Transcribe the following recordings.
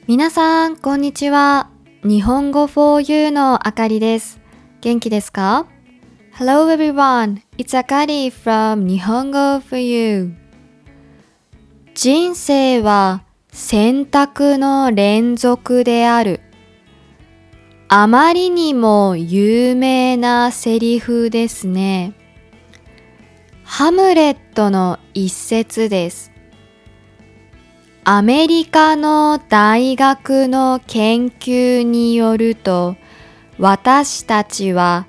皆さん、こんにちは。日本語 for you のあかりです。元気ですか？ Hello everyone, it's Akari from 日本語 for you。人生は選択の連続である。あまりにも有名なセリフですね。ハムレットの一節です。アメリカの大学の研究によると、私たちは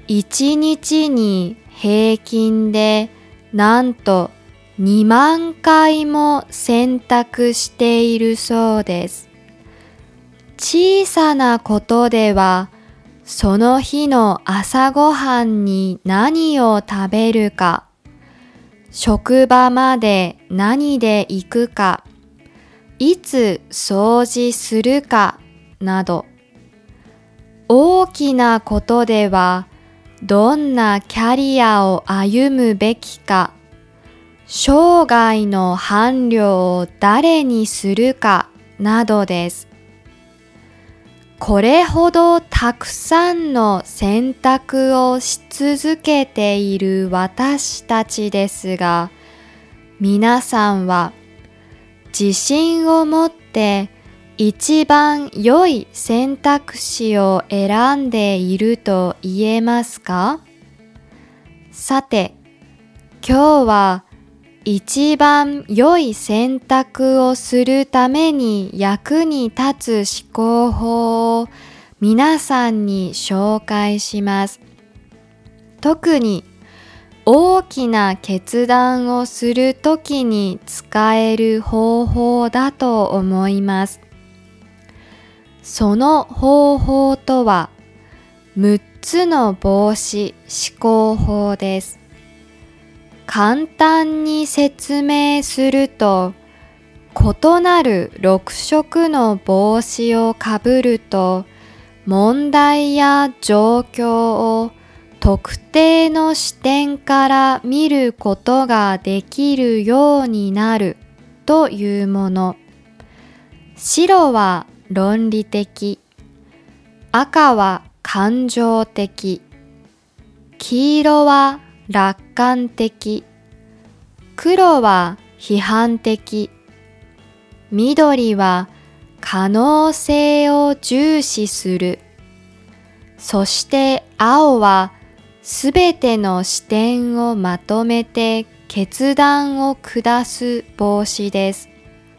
1日に平均でなんと2万回も選択しているそうです。小さなことでは、その日の朝ごはんに何を食べるか、職場まで何で行くか、いつ掃除するかなど、大きなことではどんなキャリアを歩むべきか、生涯の伴侶を誰にするかなどです。これほどたくさんの選択をし続けている私たちですが、皆さんは自信を持って一番良い選択肢を選んでいると言えますか？さて、今日は一番良い選択をするために役に立つ思考法を皆さんに紹介します。特に大きな決断をするときに使える方法だと思います。その方法とは、6つの帽子思考法です。簡単に説明すると、異なる6色の帽子をかぶると、問題や状況を特定の視点から見ることができるようになるというもの。白は論理的、赤は感情的、黄色は楽観的、黒は批判的、緑は可能性を重視する、そして青はすべての視点をまとめて決断を下す帽子です。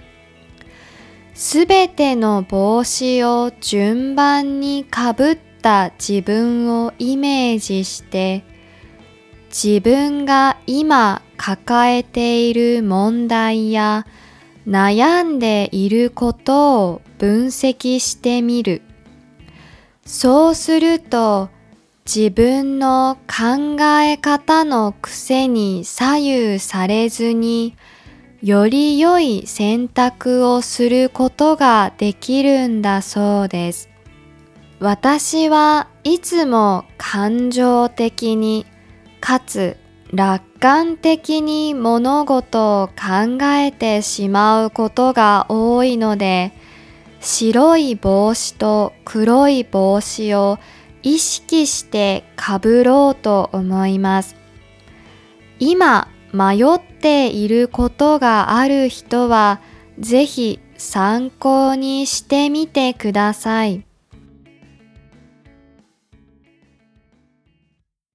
すべての帽子を順番にかぶった自分をイメージして、自分が今抱えている問題や悩んでいることを分析してみる。そうすると、自分の考え方の癖に左右されずに、より良い選択をすることができるんだそうです。私はいつも感情的に、かつ楽観的に物事を考えてしまうことが多いので、白い帽子と黒い帽子を意識してかぶろうと思います。今迷っていることがある人はぜひ参考にしてみてください。